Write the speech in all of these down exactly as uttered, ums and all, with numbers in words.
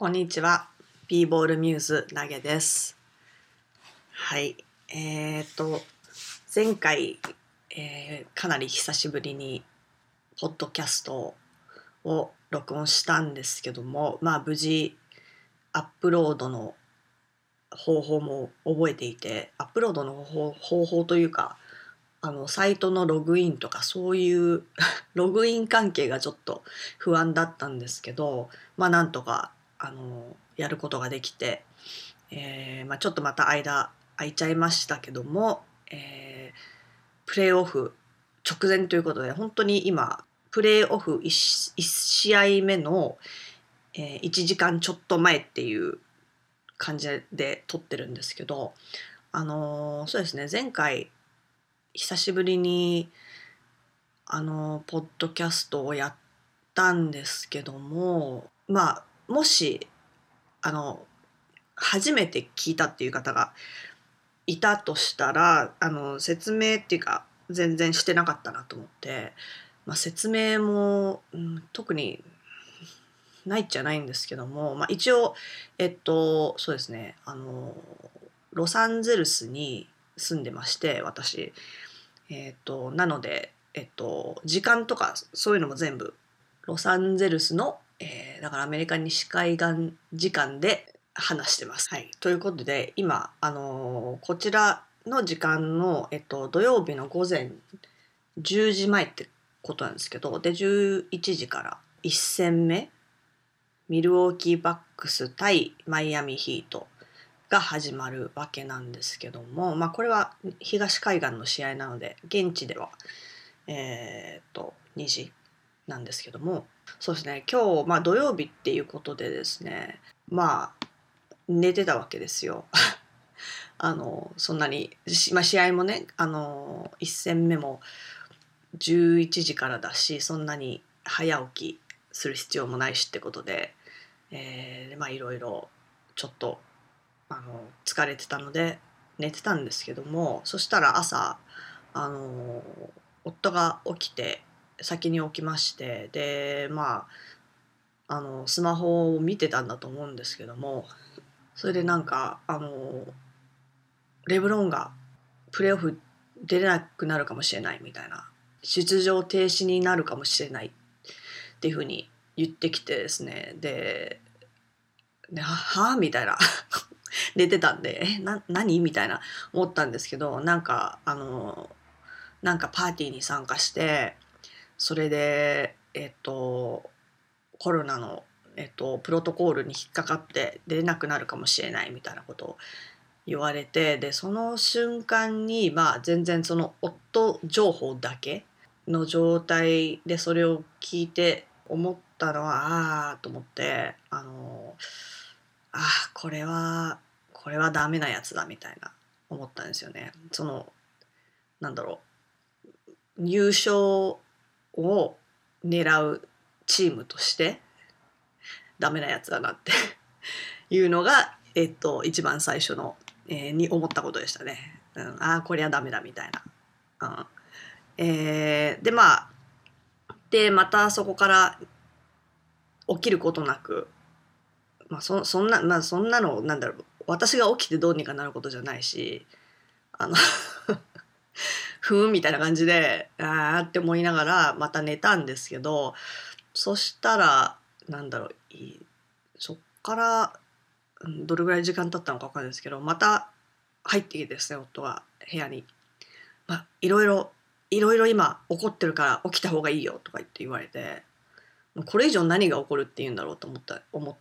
こんにちは。ビーボールミューズ投げです。はい。えーと、前回、えーかなり久しぶりにポッドキャストを録音したんですけども、まあ無事アップロードの方法も覚えていて、アップロードの方方法というか、あのサイトのログインとかそういうログイン関係がちょっと不安だったんですけど、まあなんとかあのやることができて、えーまあ、ちょっとまた間空いちゃいましたけども、えープレーオフ直前ということで、本当に今プレーオフ 1, いち試合目の、えーいちじかんちょっと前っていう感じで撮ってるんですけど、あのーそうですね、前回久しぶりにあのポッドキャストをやったんですけども、まあもしあの初めて聞いたっていう方がいたとしたら、あの説明っていうか全然してなかったなと思って、まあ、説明も、うん、特にないっちゃないんですけども、まあ、一応えっとそうですね、あのロサンゼルスに住んでまして私、えっとなので、えっと、時間とかそういうのも全部ロサンゼルスの、えーだからアメリカ西海岸時間で話してます。はい、ということで今、あのーこちらの時間の、えっと、土曜日の午前じゅうじまえってことなんですけど、でじゅういちじからいち戦目ミルウォーキーバックス対マイアミヒートが始まるわけなんですけども、まあ、これは東海岸の試合なので現地ではえーっとにじなんですけども、そうですね、今日、まあ、土曜日っていうことでですね、まあ寝てたわけですよ。あのそんなに、まあ、試合もね、あのいち戦目もじゅういちじからだし、そんなに早起きする必要もないしってことで、えーまあいろいろちょっとあの疲れてたので寝てたんですけども、そしたら朝あの夫が起きて先に起きまして、でまああのスマホを見てたんだと思うんですけども、それでなんかあのレブロンがプレーオフ出れなくなるかもしれないみたいな、出場停止になるかもしれないっていうふうに言ってきてですね、ででははみたいな寝てたんで、えな何みたいな思ったんですけど、なんかあのなんかパーティーに参加して、それでえっとコロナの、えっと、プロトコールに引っかかって出れなくなるかもしれないみたいなことを言われて、でその瞬間に、まあ、全然その夫情報だけの状態でそれを聞いて思ったのは、ああと思って、あのああこれはこれはダメなやつだみたいな思ったんですよね。そのなんだろう、優勝を狙うチームとしてダメなやつだなっていうのが、えっと、一番最初の、えーに思ったことでしたね。うん、ああこりゃダメだみたいな。うんえーでまあでまたそこから起きることなく、まあ、そそんな、まあ、そんなのなんだろう、私が起きてどうにかなることじゃないし、あのふーんみたいな感じであーって思いながらまた寝たんですけど、そしたらなんだろう、いそっからうんどれぐらい時間経ったのか分かんないですけど、また入ってきてですね、夫が部屋に、まあ、いろいろいろいろ今起こってるから起きた方がいいよとか言って言われて、これ以上何が起こるっていうんだろうと思った思って、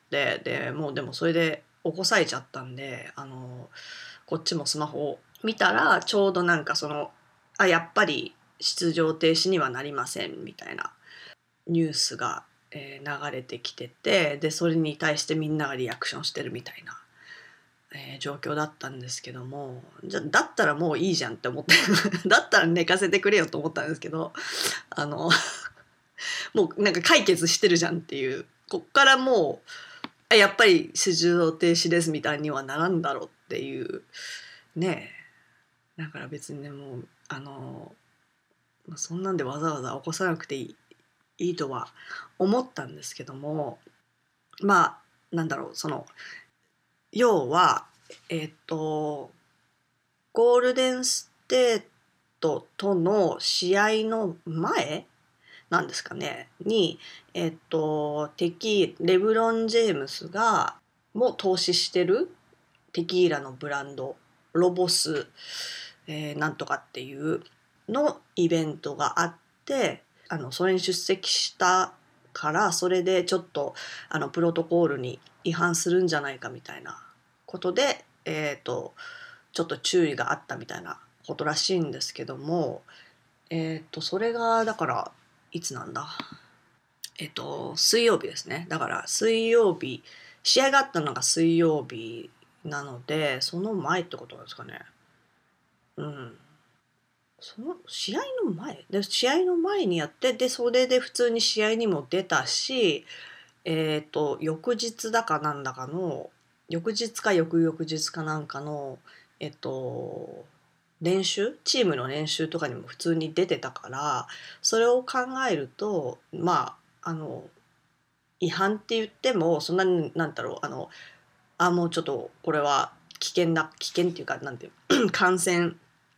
でもうでもそれで起こされちゃったんで、あのこっちもスマホを見たらちょうどなんかそのあやっぱり出場停止にはなりませんみたいなニュースが、えー流れてきてて、でそれに対してみんながリアクションしてるみたいな、えー状況だったんですけども、じゃだったらもういいじゃんって思ってだったら寝かせてくれよと思ったんですけど、あのもうなんか解決してるじゃんっていう、こっからもうあやっぱり出場停止ですみたいにはならんだろうっていうね。えだから別にね、もうあのそんなんでわざわざ起こさなくていいいいとは思ったんですけども、まあなんだろうその要はえっとゴールデンステートとの試合の前なんですかねに、えっと、テキレブロン・ジェームスがも投資してるテキーラのブランドロボス、えーなんとかっていうのイベントがあってあのそれに出席したからそれでちょっとあのプロトコールに違反するんじゃないかみたいなことで、えーと、ちょっと注意があったみたいなことらしいんですけども、えっとそれがだからいつなんだえっと水曜日ですね。だから水曜日試合があったのが水曜日なのでその前ってことなんですかね。うん。その試合の前で試合の前にやってでそれで普通に試合にも出たし、えっと翌日だかなんだかの翌日か翌々日かなんかのえっと練習チームの練習とかにも普通に出てたからそれを考えるとまああの違反って言ってもそんなになんだろうあのあもうちょっとこれは危険な危険っていうかなんていう感染、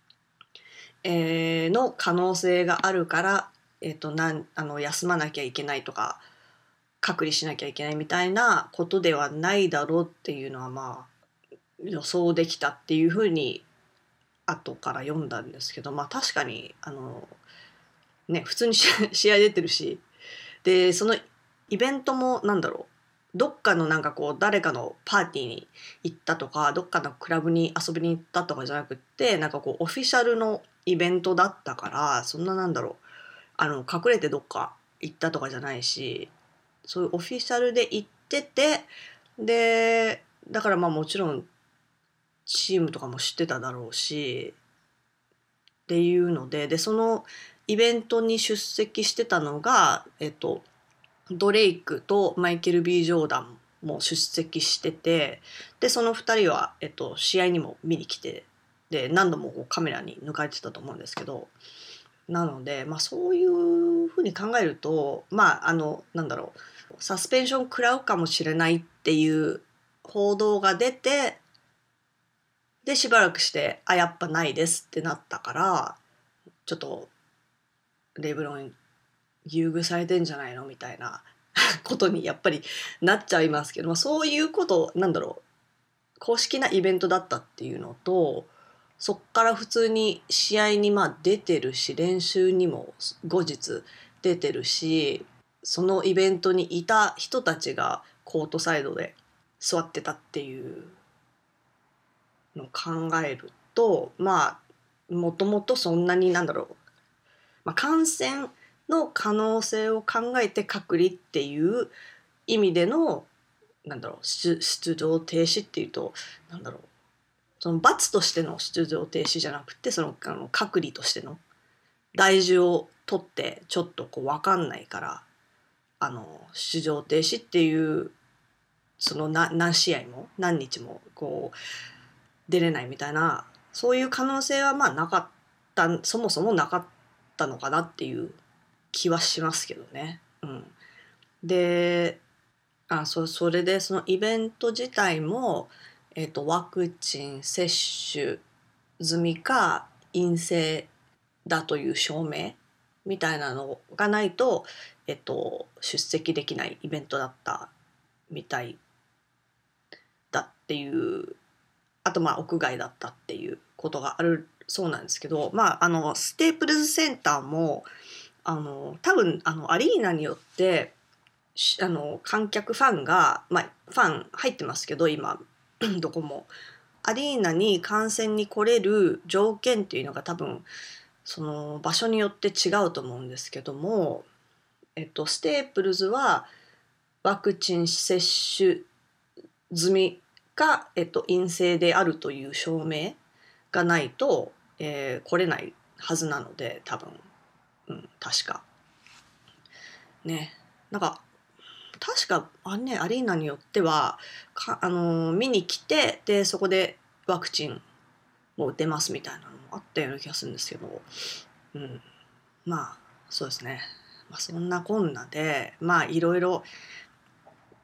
えーの可能性があるから、えー、となんあの休まなきゃいけないとか隔離しなきゃいけないみたいなことではないだろうっていうのはまあ予想できたっていうふうに後から読んだんですけどまあ確かにあのね普通に試合出てるしでそのイベントもなんだろうどっかのなんかこう誰かのパーティーに行ったとかどっかのクラブに遊びに行ったとかじゃなくってなんかこうオフィシャルのイベントだったからそんななんだろうあの隠れてどっか行ったとかじゃないしそういうオフィシャルで行っててでだからまあもちろんチームとかも知ってただろうしっていうのででそのイベントに出席してたのがえっとドレイクとマイケル・ B・ ジョーダンも出席しててでそのふたりは、えっと、試合にも見に来てで何度もこうカメラに抜かれてたと思うんですけどなので、まあ、そういうふうに考えるとまああのなんだろうサスペンション食らうかもしれないっていう報道が出てでしばらくしてあやっぱないですってなったからちょっとレブロン優遇されてんじゃないのみたいなことにやっぱりなっちゃいますけど、まあ、そういうことなんだろう公式なイベントだったっていうのとそっから普通に試合にまあ出てるし練習にも後日出てるしそのイベントにいた人たちがコートサイドで座ってたっていうのを考えるとまあもともとそんなになんだろう、まあ、感染の可能性を考えて隔離っていう意味でのなんだろう出出場停止っていうとなんだろうその罰としての出場停止じゃなくてそのあの隔離としての大事を取ってちょっとこう分かんないからあの出場停止っていうそのな何試合も何日もこう出れないみたいなそういう可能性はまあなかったそもそもなかったのかなっていう気はしますけどね。うん、であそそれでそのイベント自体も、えーと、ワクチン接種済みか陰性だという証明みたいなのがないと、えっと、出席できないイベントだったみたいだっていうあとまあ屋外だったっていうことがあるそうなんですけど、まあ、あのステープルズセンターもあの多分あのアリーナによってあの観客ファンが、まあ、ファン入ってますけど今どこもアリーナに観戦に来れる条件っていうのが多分その場所によって違うと思うんですけども、えっと、ステープルズはワクチン接種済みか、えっと、陰性であるという証明がないと、えー来れないはずなので多分、うん、確かねなんか確かあ、ね、アリーナによってはか、あのー見に来てでそこでワクチンも打てますみたいなのもあったような気がするんですけど、うん、まあそうですね、まあ、そんなこんなでまあいろいろ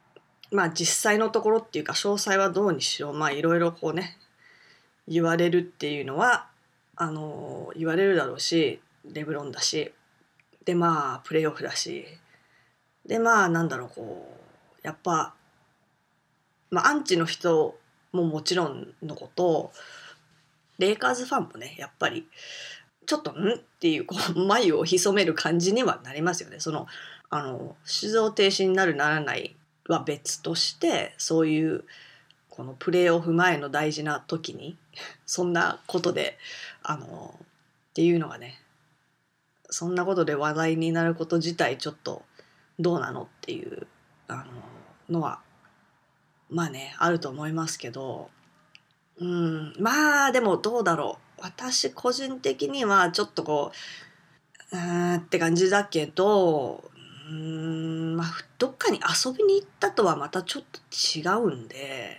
まあ実際のところっていうか詳細はどうにしろまあいろいろこうね言われるっていうのはあの言われるだろうし、レブロンだし、でまあプレーオフだし、でまあなんだろうこうやっぱ、まあ、アンチの人ももちろんのこと、レイカーズファンもねやっぱりちょっとんっていうこう眉を潜める感じにはなりますよね。そのあの出場停止になるならないは別として、そういうこのプレーオフ前の大事な時にそんなことであのっていうのがね、そんなことで話題になること自体ちょっとどうなのっていうあののはまあねあると思いますけど、うんまあでもどうだろう、私個人的にはちょっとこううーんって感じだけど、うーんまあどっかに遊びに行ったとはまたちょっと違うんで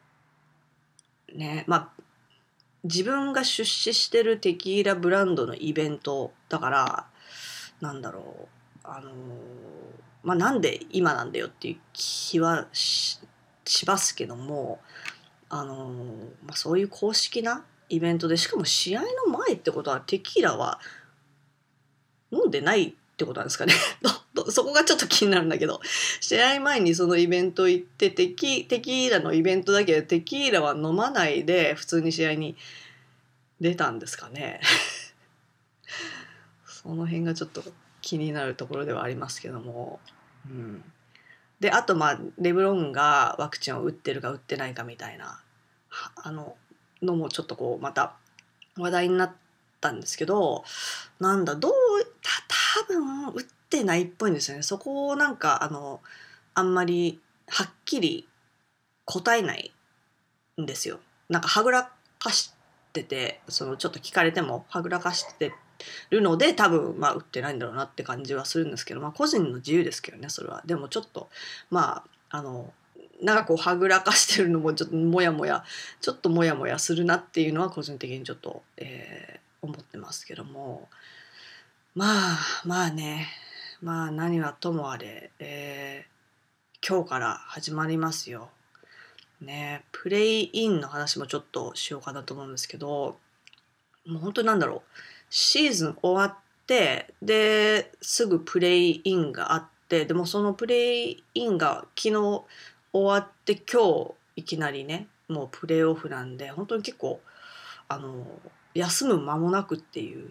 ね。まあ自分が出資してるテキーラブランドのイベントだから、なんだろうあのまあなんで今なんだよっていう気は し, しますけども、あのまあ、そういう公式なイベントで、しかも試合の前ってことはテキーラは飲んでないってことなんですかねそこがちょっと気になるんだけど、試合前にそのイベント行ってテキ、テキーラのイベントだけどテキーラは飲まないで普通に試合に出たんですかねその辺がちょっと気になるところではありますけども、うん、であとまあレブロンがワクチンを打ってるか打ってないかみたいなあののもちょっとこうまた話題になったんですけど、なんだどうた多分打ってないっぽいんですよね。そこをなんかあのあんまりはっきり答えないんですよ。なんかはぐらかしてて、そのちょっと聞かれてもはぐらかしてるので多分まあ打ってないんだろうなって感じはするんですけど、まあ個人の自由ですけどねそれは。でもちょっとまああの長くはぐらかしてるのもちょっともやもやちょっともやもやするなっていうのは個人的にちょっと、えー思ってますけども、まあまあね、まあ何はともあれ、えー今日から始まりますよ。ね、プレイインの話もちょっとしようかなと思うんですけど、もう本当になんだろう、シーズン終わってですぐプレイインがあって、でもそのプレイインが昨日終わって今日いきなりねもうプレーオフなんで、本当に結構あの休む間もなくっていう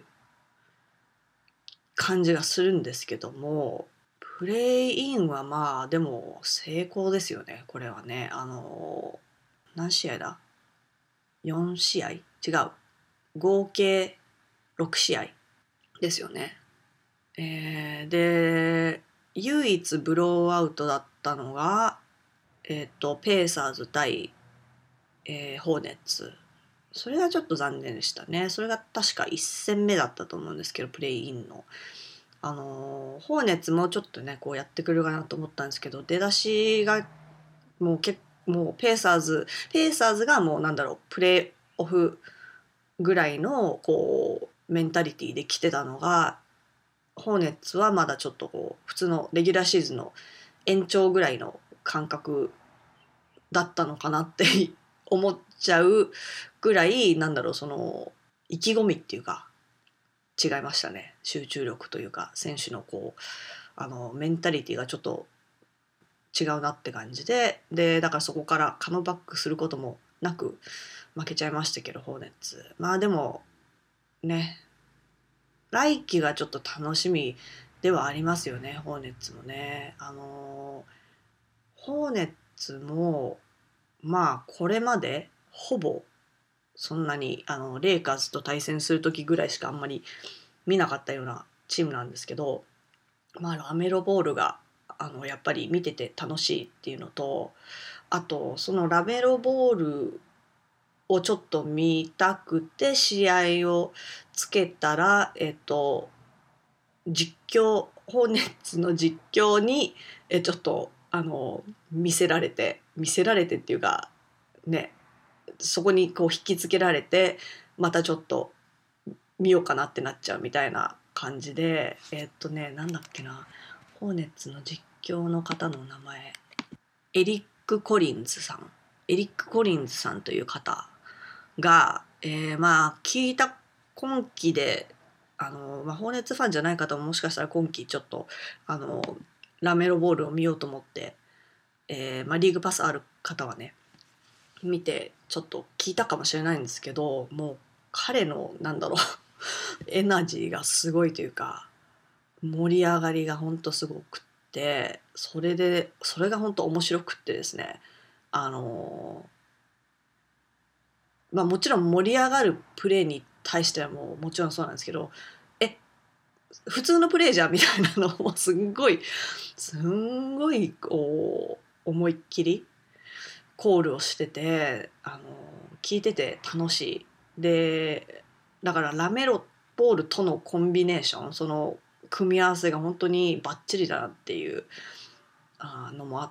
感じがするんですけども、プレイインはまあでも成功ですよねこれはね。あの何試合だよん試合違う合計ろく試合ですよね。えーで唯一ブローアウトだったのが、えー、とペーサーズ対、えーホーネッツ。それがちょっと残念でしたね。それが確かいっ戦目だったと思うんですけどプレイインの。あのーホーネッツもちょっとねこうやってくるかなと思ったんですけど、出だしがもう結もうペーサーズペーサーズがもうなんだろうプレーオフぐらいのこうメンタリティーで来てたのが、ホーネッツはまだちょっとこう普通のレギュラーシーズンの延長ぐらいの感覚だったのかなって思っちゃうぐらい、なんだろうその意気込みっていうか違いましたね。集中力というか選手のこうあのメンタリティがちょっと違うなって感じで、でだからそこからカムバックすることもなく負けちゃいましたけどホーネッツ。まあでもね、来季がちょっと楽しみではありますよねホーネッツもね。あのホーネッツもまあこれまでほぼそんなにあのレイカーズと対戦する時ぐらいしかあんまり見なかったようなチームなんですけど、まあラメロボールがあのやっぱり見てて楽しいっていうのと、あとそのラメロボールをちょっと見たくて試合をつけたら、えっと実況ホーネッツの実況にえちょっとあの見せられて見せられてっていうかね、そこにこう引きつけられてまたちょっと見ようかなってなっちゃうみたいな感じで、えっとねなんだっけな、ホーネッツの実況の方の名前エリック・コリンズさんエリック・コリンズさんという方が、えー、まあ聞いた今期であの、まあ、ホーネッツファンじゃない方ももしかしたら今期ちょっとあのラメロボールを見ようと思って、えーまあ、リーグパスある方はね見てちょっと聞いたかもしれないんですけど、もう彼のなんだろうエナジーがすごいというか盛り上がりがほんとすごくって、それでそれがほんと面白くってですね、あのまあもちろん盛り上がるプレーに対してはもうもちろんそうなんですけど、え普通のプレーじゃんみたいなのをすんごいすんごいこう思いっきりコールをしてて、あの聞いてて楽しい。でだからラメロボールとのコンビネーション、その組み合わせが本当にバッチリだなっていうあのもあって、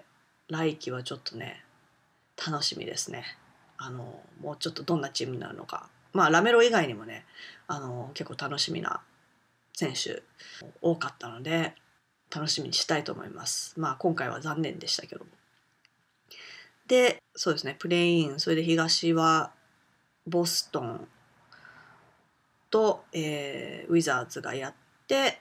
来季はちょっとね楽しみですね。あのもうちょっとどんなチームになるのか、まあラメロ以外にもねあの結構楽しみな選手多かったので楽しみにしたいと思います。まあ今回は残念でしたけども。でそうですね、プレイイン、それで東はボストンと、えーウィザーズがやって、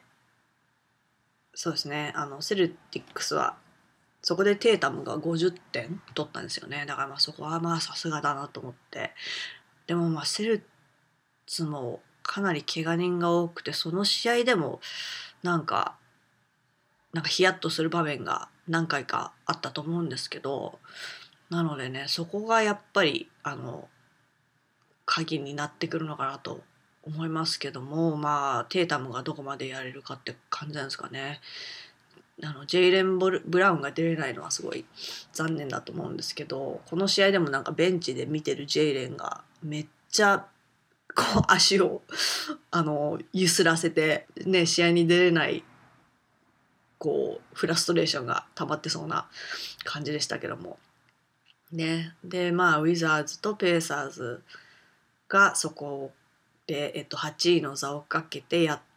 そうですね、あのセルティックスはそこでテータムがごじゅってん取ったんですよね。だからまあそこはまあさすがだなと思って。でもまあセルツもかなり怪我人が多くて、その試合でもなんかなんかヒヤッとする場面が何回かあったと思うんですけど、なのでねそこがやっぱりあの鍵になってくるのかなと思いますけども、まあテータムがどこまでやれるかって感じなんですかね。あのジェイレン・ボルブラウンが出れないのはすごい残念だと思うんですけど、この試合でもなんかベンチで見てるジェイレンがめっちゃこう足をあの揺すらせて、ね、試合に出れないこうフラストレーションが溜まってそうな感じでしたけどもね。でまあウィザーズとペーサーズがそこで、えっと、はちいの座をかけてやって、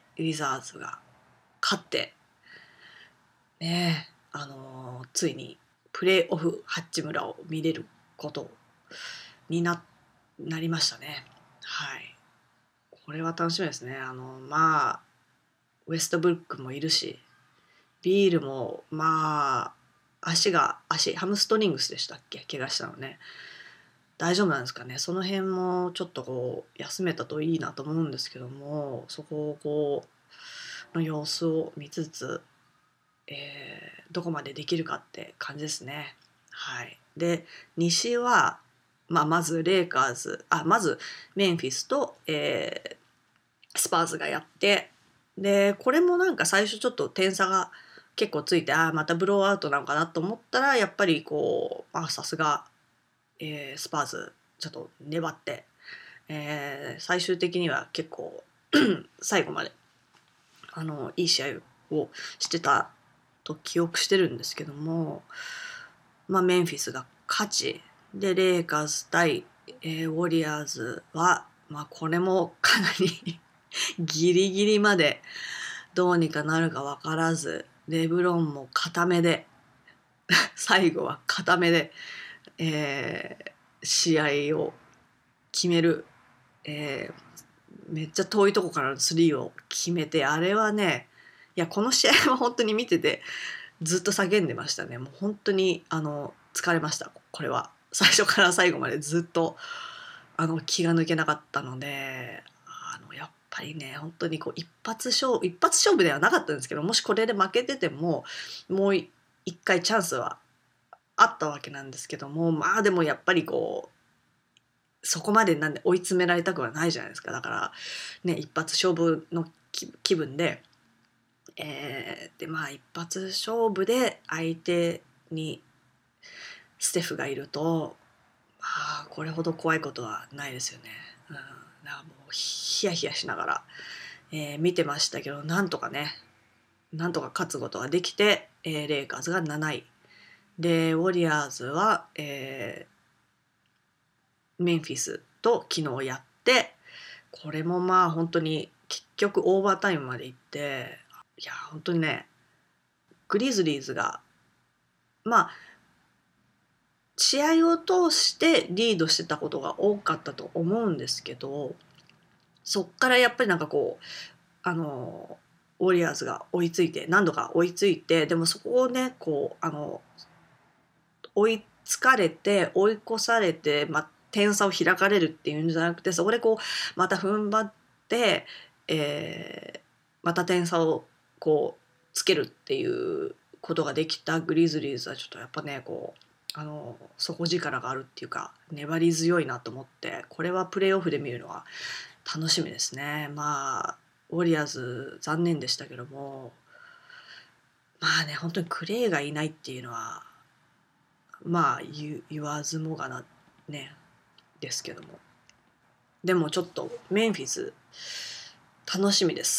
ウィザーズが勝ってね、あのーついにプレーオフ八村を見れることにななりましたね。はい、これは楽しみですね。あのまあウエストブルックもいるし、ビールもまあ足が足ハムストリングスでしたっけ、怪我したのね。大丈夫なんですかね。その辺もちょっとこう休めたといいなと思うんですけども、そこをこうの様子を見つつ、えーどこまでできるかって感じですね。はい、で西は、まあ、まずレイカーズあまずメンフィスと、えースパーズがやって、でこれもなんか最初ちょっと点差が結構ついて、あまたブローアウトなのかなと思ったら、やっぱりこうあさすが、えースパーズちょっと粘って、えー最終的には結構最後まであのいい試合をしてたと記憶してるんですけども、まあ、メンフィスが勝ちでレイカーズ対、えーウォリアーズは、まあ、これもかなりギリギリまでどうにかなるか分からず、レブロンも固めで最後は固めで、えー試合を決める、えーめっちゃ遠いとこからのスリーを決めて、あれはね、いやこの試合は本当に見ててずっと叫んでましたね。もう本当にあの疲れました。これは最初から最後までずっとあの気が抜けなかったので、あのやっぱりね本当にこう一発勝負一発勝負ではなかったんですけど、もしこれで負けててももう一回チャンスはあったわけなんですけども、まあでもやっぱりこうそこまでなんで追い詰められたくはないじゃないですか。だからね一発勝負の気分で、えーでまあ一発勝負で相手にステフがいると、まあこれほど怖いことはないですよね。うん、だからもうヒヤヒヤしながら、えー見てましたけど、なんとかねなんとか勝つことができて、えーレイカーズがなないでウォリアーズは、えーメンフィスと昨日やって、これもまあ本当に結局オーバータイムまで行って、いや本当にねグリズリーズがまあ試合を通してリードしてたことが多かったと思うんですけど、そっからやっぱりなんかこうあのウォリアーズが追いついて何度か追いついて、でもそこをねこうあの追いつかれて追い越されて、ま、点差を開かれるっていうんじゃなくて、そこでこうまた踏ん張って、えー、また点差をこうつけるっていうことができたグリズリーズはちょっとやっぱねこうあの底力があるっていうか粘り強いなと思って、これはプレーオフで見るのは楽しみですね。まあウォリアーズ残念でしたけども、まあね本当にクレイがいないっていうのはまあ言言わずもがなねですけども、でもちょっとメンフィス楽しみです。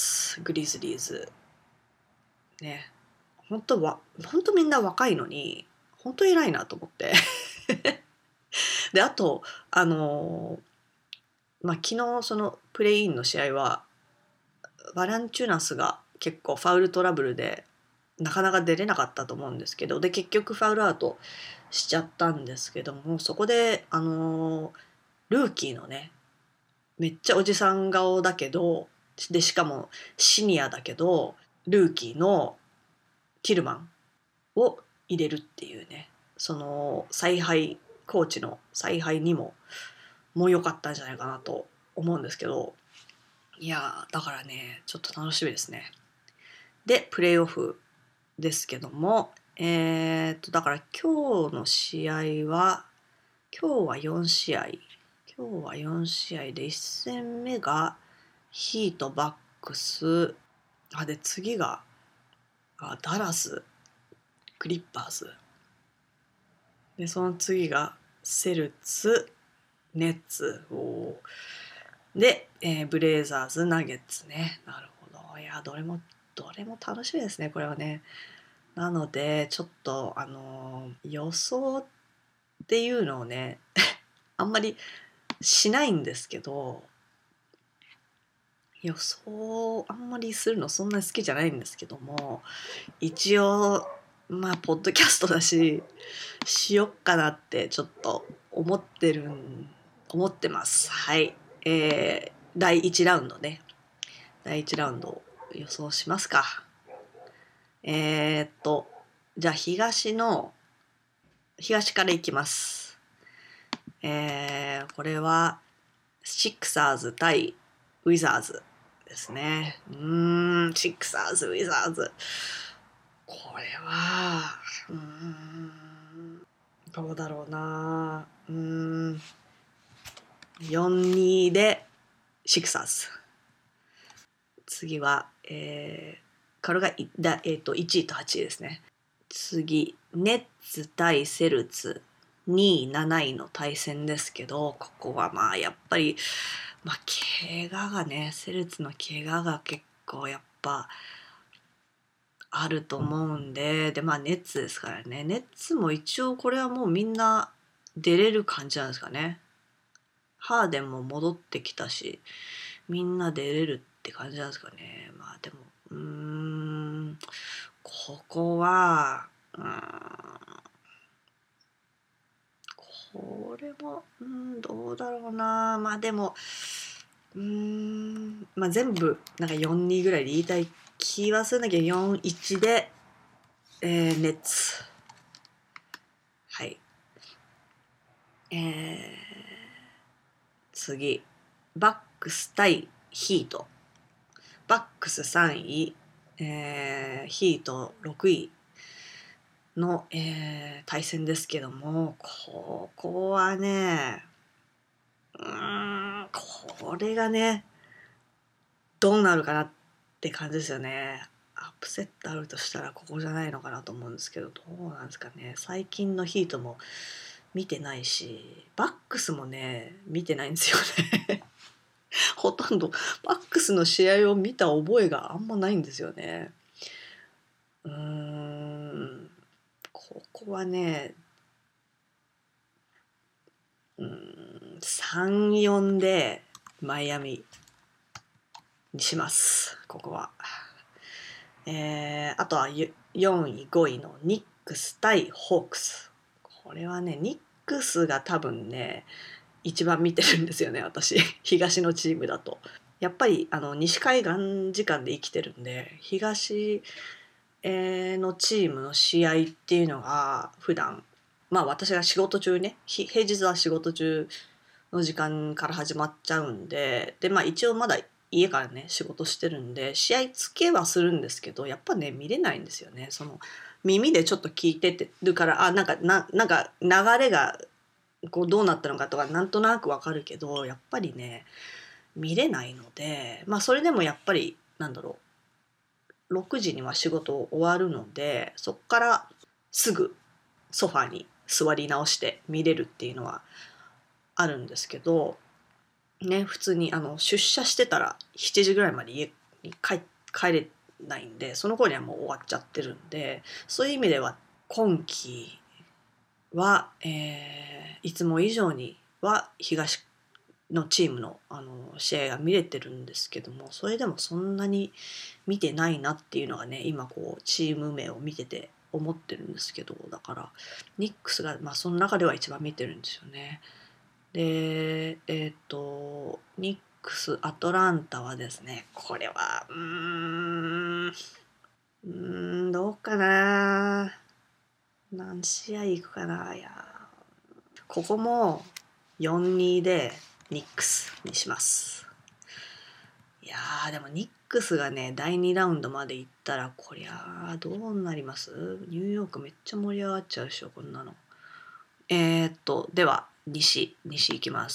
グリズリーズね、本当は本当みんな若いのに本当偉いなと思ってであとあのまあ昨日そのプレインの試合はバランチュナスが結構ファウルトラブルでなかなか出れなかったと思うんですけど、で結局ファウルアウトしちゃったんですけども、そこであのルーキーのねめっちゃおじさん顔だけど、でしかもシニアだけどルーキーのティルマンを入れるっていうね、その采配コーチの采配にももう良かったんじゃないかなと思うんですけど、いやだからねちょっと楽しみですね。でプレーオフですけども、えー、っとだから今日の試合は今日はよん試合今日はよん試合でいち戦目がヒートバックス、あで次があダラスクリッパーズで、その次がセルツネッツおで、えー、ブレイザーズナゲッツね。なるほど。いやどれもどれも楽しみですねこれはね。なのでちょっとあのー予想っていうのをねあんまりしないんですけど、予想あんまりするのそんなに好きじゃないんですけども、一応まあポッドキャストだししよっかなってちょっと思ってるん思ってます。はい、えー、だいいちラウンドねだいいちラウンド予想しますか。えー、っとじゃあ東の東からいきます。えー、これはシクサーズ対ウィザーズですね。うーんシクサーズウィザーズ、これはうーんどうだろうな。うーんよんたいにでシクサーズ。次は、えー、これがいだ、えー、といちいとはちいですね。次ネッツ対セルツにいなないの対戦ですけど、ここはまあやっぱりまあ怪我がねセルツの怪我が結構やっぱあると思うんで、でまあネッツですからね。ネッツも一応これはもうみんな出れる感じなんですかね。ハーデンも戻ってきたしみんな出れるって感じなんですかね。まあでもうーんここはうーんこれもうんどうだろうな。まあでもうーんまあ全部なんかよんたいにぐらいで言いたい気はするんだけど、よんたいいちで、えー、ネッツ。はい。えー、次バックス対ヒート。バックスさんい、えー、ヒートろくいの、えー、対戦ですけども、ここはねうーんこれがねどうなるかなって感じですよね。アップセットあるとしたらここじゃないのかなと思うんですけど、どうなんですかね。最近のヒートも見てないしバックスもね見てないんですよねほとんどバックスの試合を見た覚えがあんまないんですよね。うーんここはねうーんさんたいよんでマイアミにしますここは。えー、あとはよんいごいのニックス対ホークス。これはね、ニックスが多分ね一番見てるんですよね、私。東のチームだとやっぱりあの西海岸時間で生きてるんで、東えーのチームの試合っていうのが普段、まあ私が仕事中ね、ひ平日は仕事中の時間から始まっちゃうんで、でまあ一応まだ家からね仕事してるんで試合つけはするんですけど、やっぱね見れないんですよね。その耳でちょっと聞いててるから、あなんかななんか流れがこうどうなったのかとかなんとなくわかるけど、やっぱりね見れないので、まあそれでもやっぱりなんだろう、ろくじには仕事終わるので、そっからすぐソファーに座り直して見れるっていうのはあるんですけどね、普通にあの出社してたらしちじぐらいまで家に帰帰れないんで、その頃にはもう終わっちゃってるんで、そういう意味では今季は、えーいつも以上には東のチームの、あの試合が見れてるんですけども、それでもそんなに見てないなっていうのがね、今こうチーム名を見てて思ってるんですけど、だからニックスが、まあ、その中では一番見てるんですよね。でえっ、とニックスアトランタはですね、これはうーんうーんどうかな、何試合いくかな。いやここもよんたいにでニックスにします。いやーでもニックスがねだいにラウンドまで行ったら、こりゃどうなります？ニューヨークめっちゃ盛り上がっちゃうでしょこんなの。えー、っとでは西西いきます。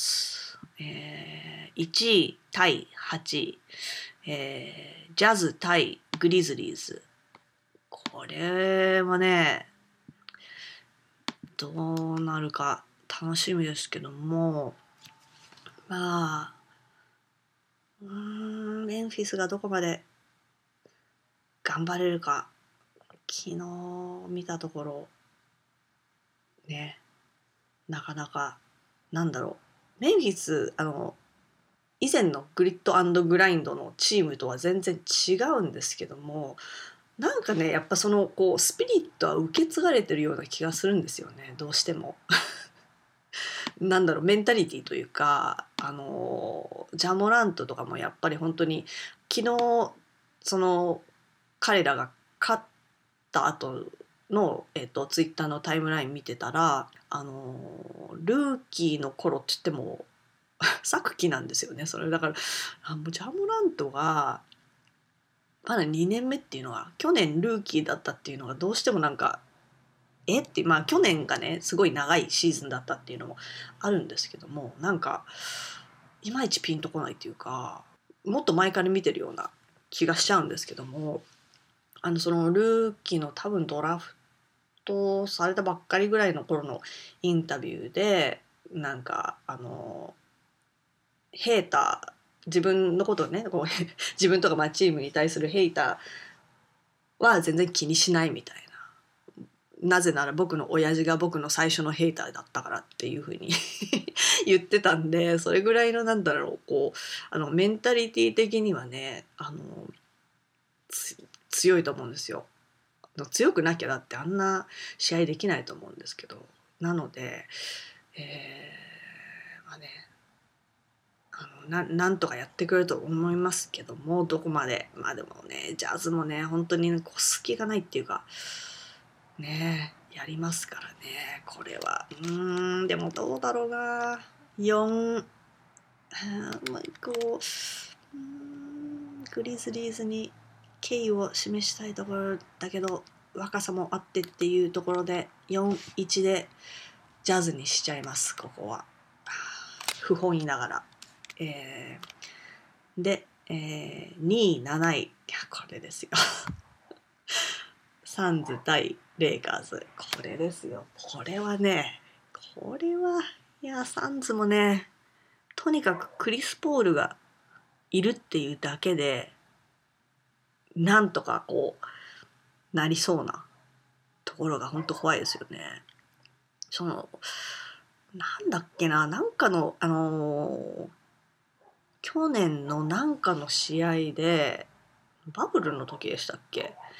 えー、いちい対はちい、えー、ジャズ対グリズリーズ。これはねどうなるか楽しみですけども、まあうーんメンフィスがどこまで頑張れるか。昨日見たところね、なかなかなんだろう、メンフィスあの以前のグリッド&グラインドのチームとは全然違うんですけども、なんかねやっぱそのこうスピリットは受け継がれてるような気がするんですよね、どうしても。なんだろう、メンタリティというか、あのジャモラントとかもやっぱり本当に昨日その彼らが勝った後の、えっと、ツイッターのタイムライン見てたら、あのルーキーの頃って言っても昨季なんですよね、それだから。あもうジャモラントがまだにねんめっていうのは、去年ルーキーだったっていうのがどうしてもなんかえって、まあ去年がねすごい長いシーズンだったっていうのもあるんですけども、なんかいまいちピンとこないっていうか、もっと前から見てるような気がしちゃうんですけども、あのそのルーキーの多分ドラフトされたばっかりぐらいの頃のインタビューで、なんかあのヘーター、自分のことをねこう自分とかまあチームに対するヘイターは全然気にしないみたいな、なぜなら僕の親父が僕の最初のヘイターだったからっていう風に言ってたんで、それぐらいのなんだろう、こうあのメンタリティ的にはね、あの強いと思うんですよ。強くなきゃだってあんな試合できないと思うんですけど、なので、えー、まあねあの な, なんとかやってくれると思いますけども、どこまで。まあでもねジャズもね本当にこう隙がないっていうかねやりますからね、これは。うーんでもどうだろうな、よん、まあこううーんグリズリーズに敬意を示したいところだけど、若さもあってっていうところでよんいちでジャズにしちゃいます、ここは。不本意ながら。えー、で、えー、にいなない、いやこれですよサンズ対レイカーズ、これですよ。これはねこれはいやサンズもねとにかくクリス・ポールがいるっていうだけでなんとかこうなりそうなところが本当怖いですよね。そのなんだっけな、なんかのあのー去年のなんかの試合でバブルの時でしたっけ、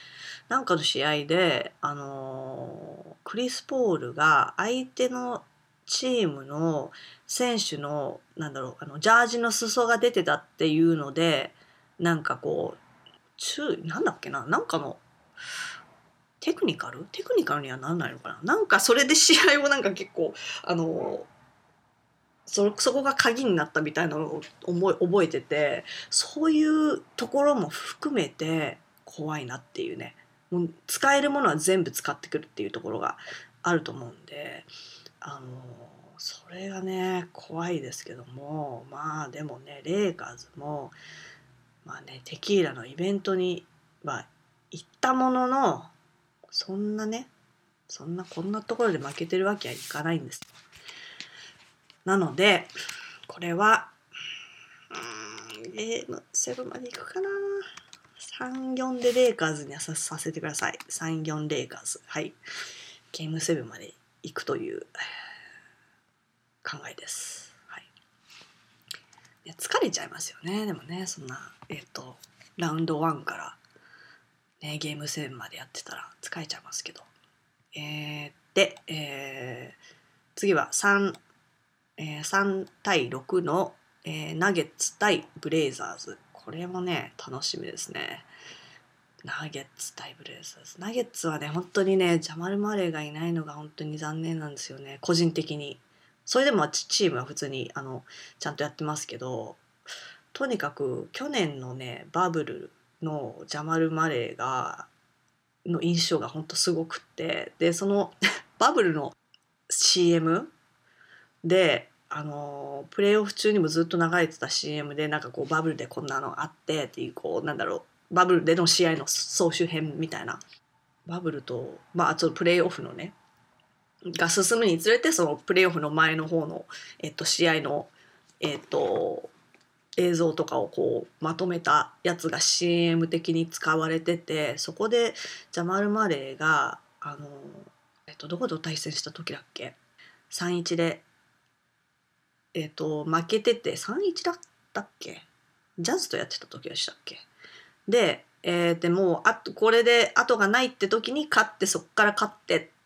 なんかの試合で、あのークリス・ポールが相手のチームの選手のなんだろうあのジャージの裾が出てたっていうので、なんかこう注意なんだっけな、なんかのテクニカルテクニカルにはなんないのかな、なんかそれで試合をなんか結構あのそそこが鍵になったみたいなのを思い覚えてて、そういうところも含めて怖いなっていうね。もう使えるものは全部使ってくるっていうところがあると思うんで、あのそれがね怖いですけども、まあでもねレイカーズもまあねテキーラのイベントには行ったものの、そんなねそんなこんなところで負けてるわけはいかないんです。なのでこれはうーんゲームセブンまでいくかな。さんよんでレイカーズにささせてください。さんよんレイカーズ、はい、ゲームセブンまでいくという考えです、はい、いや疲れちゃいますよね。でもねそんなえっ、ー、とラウンドワンから、ね、ゲームセブンまでやってたら疲れちゃいますけど、えー、で、えー、次は3、えー、さん対ろくの、えー、ナゲッツ対ブレイザーズ。これもね楽しみですね。ナゲッツ対ブレイザーズ。ナゲッツはね本当にねジャマル・マレーがいないのが本当に残念なんですよね、個人的に。それでもチームは普通にあのちゃんとやってますけど、とにかく去年のねバブルのジャマル・マレーがの印象が本当すごくって、でそのバブルの シーエム であのプレーオフ中にもずっと流れてた シーエム で、なんかこうバブルでこんなのあってっていう、こうなんだろうバブルでの試合の総集編みたいな、バブルとまああとプレーオフのねが進むにつれて、そのプレーオフの前の方の、えっと、試合の、えっと、映像とかをこうまとめたやつが シーエム 的に使われてて、そこでジャマル・マレーがあの、えっと、どこと対戦した時だっけ、さんいちで、えっと、負けててさんいちだったっけ、ジャズとやってた時でしたっけ。で、えー、でもうあとこれで後がないって時に勝って、そこから勝ってって、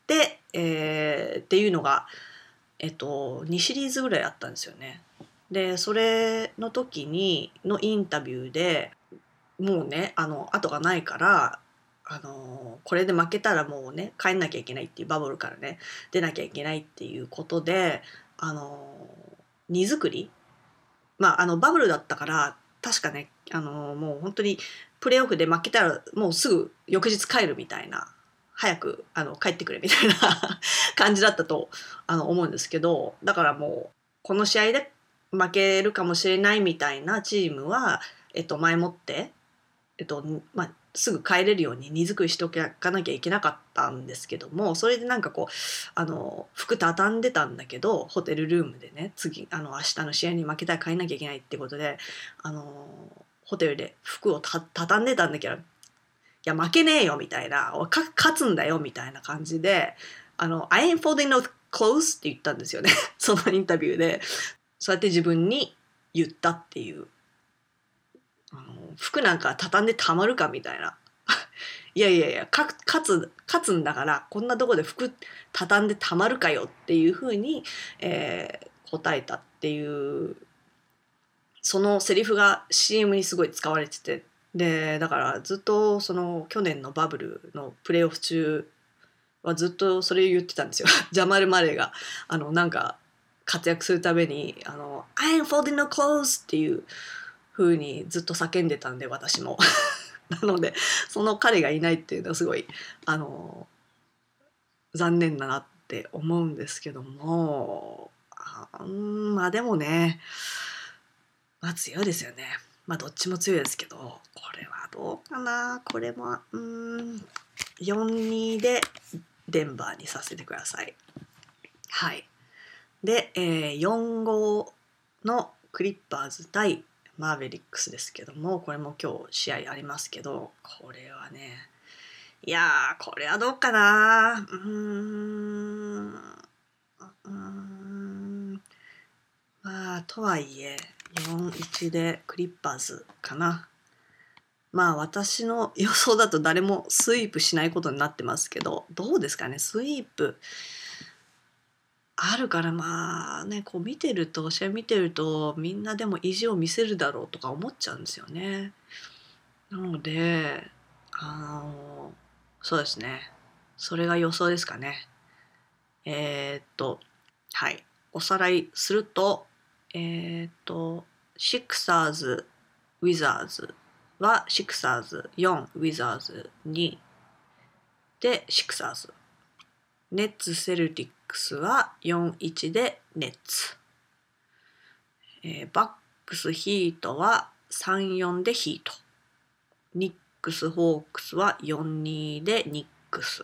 えー、っていうのが、えっと、にシリーズぐらいあったんですよね。でそれの時にのインタビューでもうねあの後がないからあのこれで負けたらもうね帰んなきゃいけないっていう、バブルからね出なきゃいけないっていうことで、あの荷造り、まああのバブルだったから確かねあのもう本当にプレーオフで負けたらもうすぐ翌日帰るみたいな、早くあの帰ってくれみたいな感じだったとあの思うんですけど、だからもうこの試合で負けるかもしれないみたいなチームは、えっと、前もって、えっとまあ、すぐ帰れるように荷造りしておかなきゃいけなかったんですけども、それでなんかこうあの服畳んでたんだけどホテルルームでね、次あの明日の試合に負けたら帰んなきゃいけないってことで、あのホテルで服をた畳んでたんだけど、いや負けねえよみたいな、勝つんだよみたいな感じで、あの I ain't folding no clothes って言ったんですよねそのインタビューで。そうやって自分に言ったっていう、あの服なんか畳んでたまるかみたいな。いやいやいやか勝つ勝つんだからこんなとこで服畳んでたまるかよっていうふうに、えー、答えたっていう、そのセリフが シーエム にすごい使われてて、でだからずっとその去年のバブルのプレーオフ中はずっとそれを言ってたんですよジャマル・マレーがあのなんか活躍するためにあの I ain't folding no clothes っていう風にずっと叫んでたんで、私もなのでその彼がいないっていうのはすごいあの残念だなって思うんですけども、あんまあでもね、まあ強いですよね。まあどっちも強いですけど、これはどうかな、これもうーんよんたいにでデンバーにさせてください。はい。で、えー、よんたいごのクリッパーズ対マーベリックスですけども、これも今日試合ありますけど、これはね、いやーこれはどうかな、うーんうーんまあとはいえよんたいいちでクリッパーズかな。 まあ私の予想だと誰もスイープしないことになってますけど、どうですかね、スイープあるから、まあね、こう見てると試合見てるとみんなでも意地を見せるだろうとか思っちゃうんですよね。なのであのそうですね、それが予想ですかね。えーっとはいおさらいすると、えーっとシクサーズウィザーズはシクサーズよんウィザーズにでシクサーズ、ネッツセルティックスは よんたいいち でネッツ、えーバックスヒートは さんたいよん でヒート、ニックスホークスは よんたいに でニックス、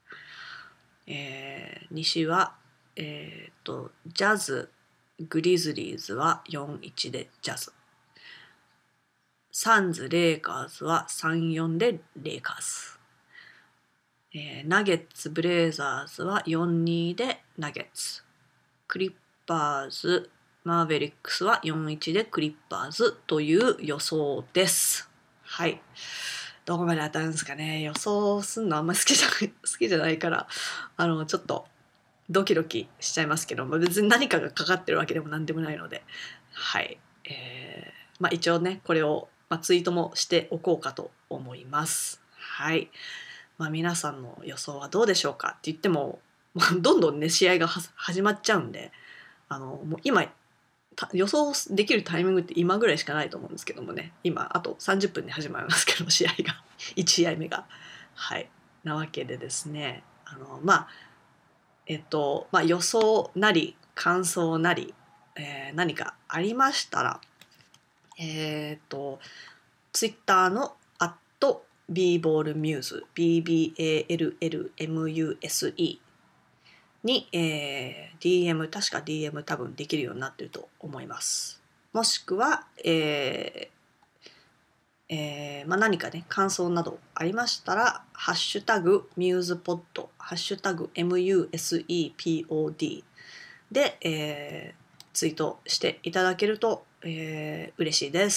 えー西はえーとジャズグリズリーズは よんたいいち でジャズ、サンズレイカーズは さんたいよん でレイカーズ、えーナゲッツブレイザーズは よんたいに でナゲッツ、クリッパーズマーベリックスは よんたいいち でクリッパーズという予想です。はい、どこまで当たるんですかね。予想すんのあんまり好きじゃない好きじゃないからあのちょっとドキドキしちゃいますけど、まあ、別に何かがかかってるわけでも何でもないので、はい、えーまあ、一応ねこれを、まあ、ツイートもしておこうかと思います。はい、まあ、皆さんの予想はどうでしょうかって言ってもどんどんね試合が始まっちゃうんで、あのもう今予想できるタイミングって今ぐらいしかないと思うんですけどもね、今あとさんじゅっぷんで始まりますけど試合がいち試合目が、はいなわけでですね、あのまあえっとまあ予想なり感想なり、えー何かありましたら、えっとツイッターのアットビーボールミューズ ビービーエーエルエルエムユーエスイー に、えー、ディーエム 確か ディーエム 多分できるようになってると思います。もしくは、えーえーまあ、何かね感想などありましたらハッシュタグミューズポッドハッシュタグ エムユーエスイーピーオーディー で、えーツイートしていただけると、えー嬉しいです。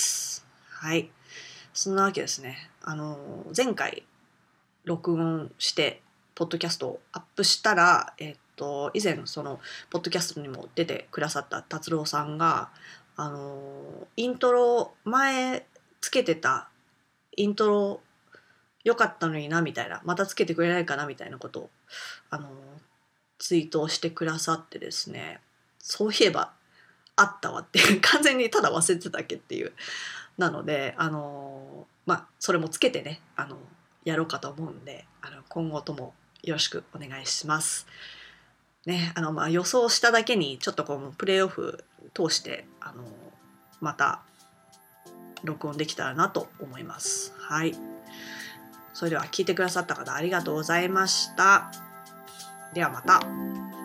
はい、そんなわけですね。あの前回録音してポッドキャストをアップしたら、えっと以前そのポッドキャストにも出てくださった達郎さんが、あのイントロ前つけてたイントロ良かったのになみたいな、またつけてくれないかなみたいなことをあのツイートをしてくださってですね、そういえばあったわっていう完全にただ忘れてたっけっていう、なのであのまあそれもつけてねあのやろうかと思うんで、あの今後ともよろしくお願いします。ね、あのまあ予想しただけにちょっとこのプレーオフ通してあのまた録音できたらなと思います。はい。それでは聞いてくださった方ありがとうございました。ではまた。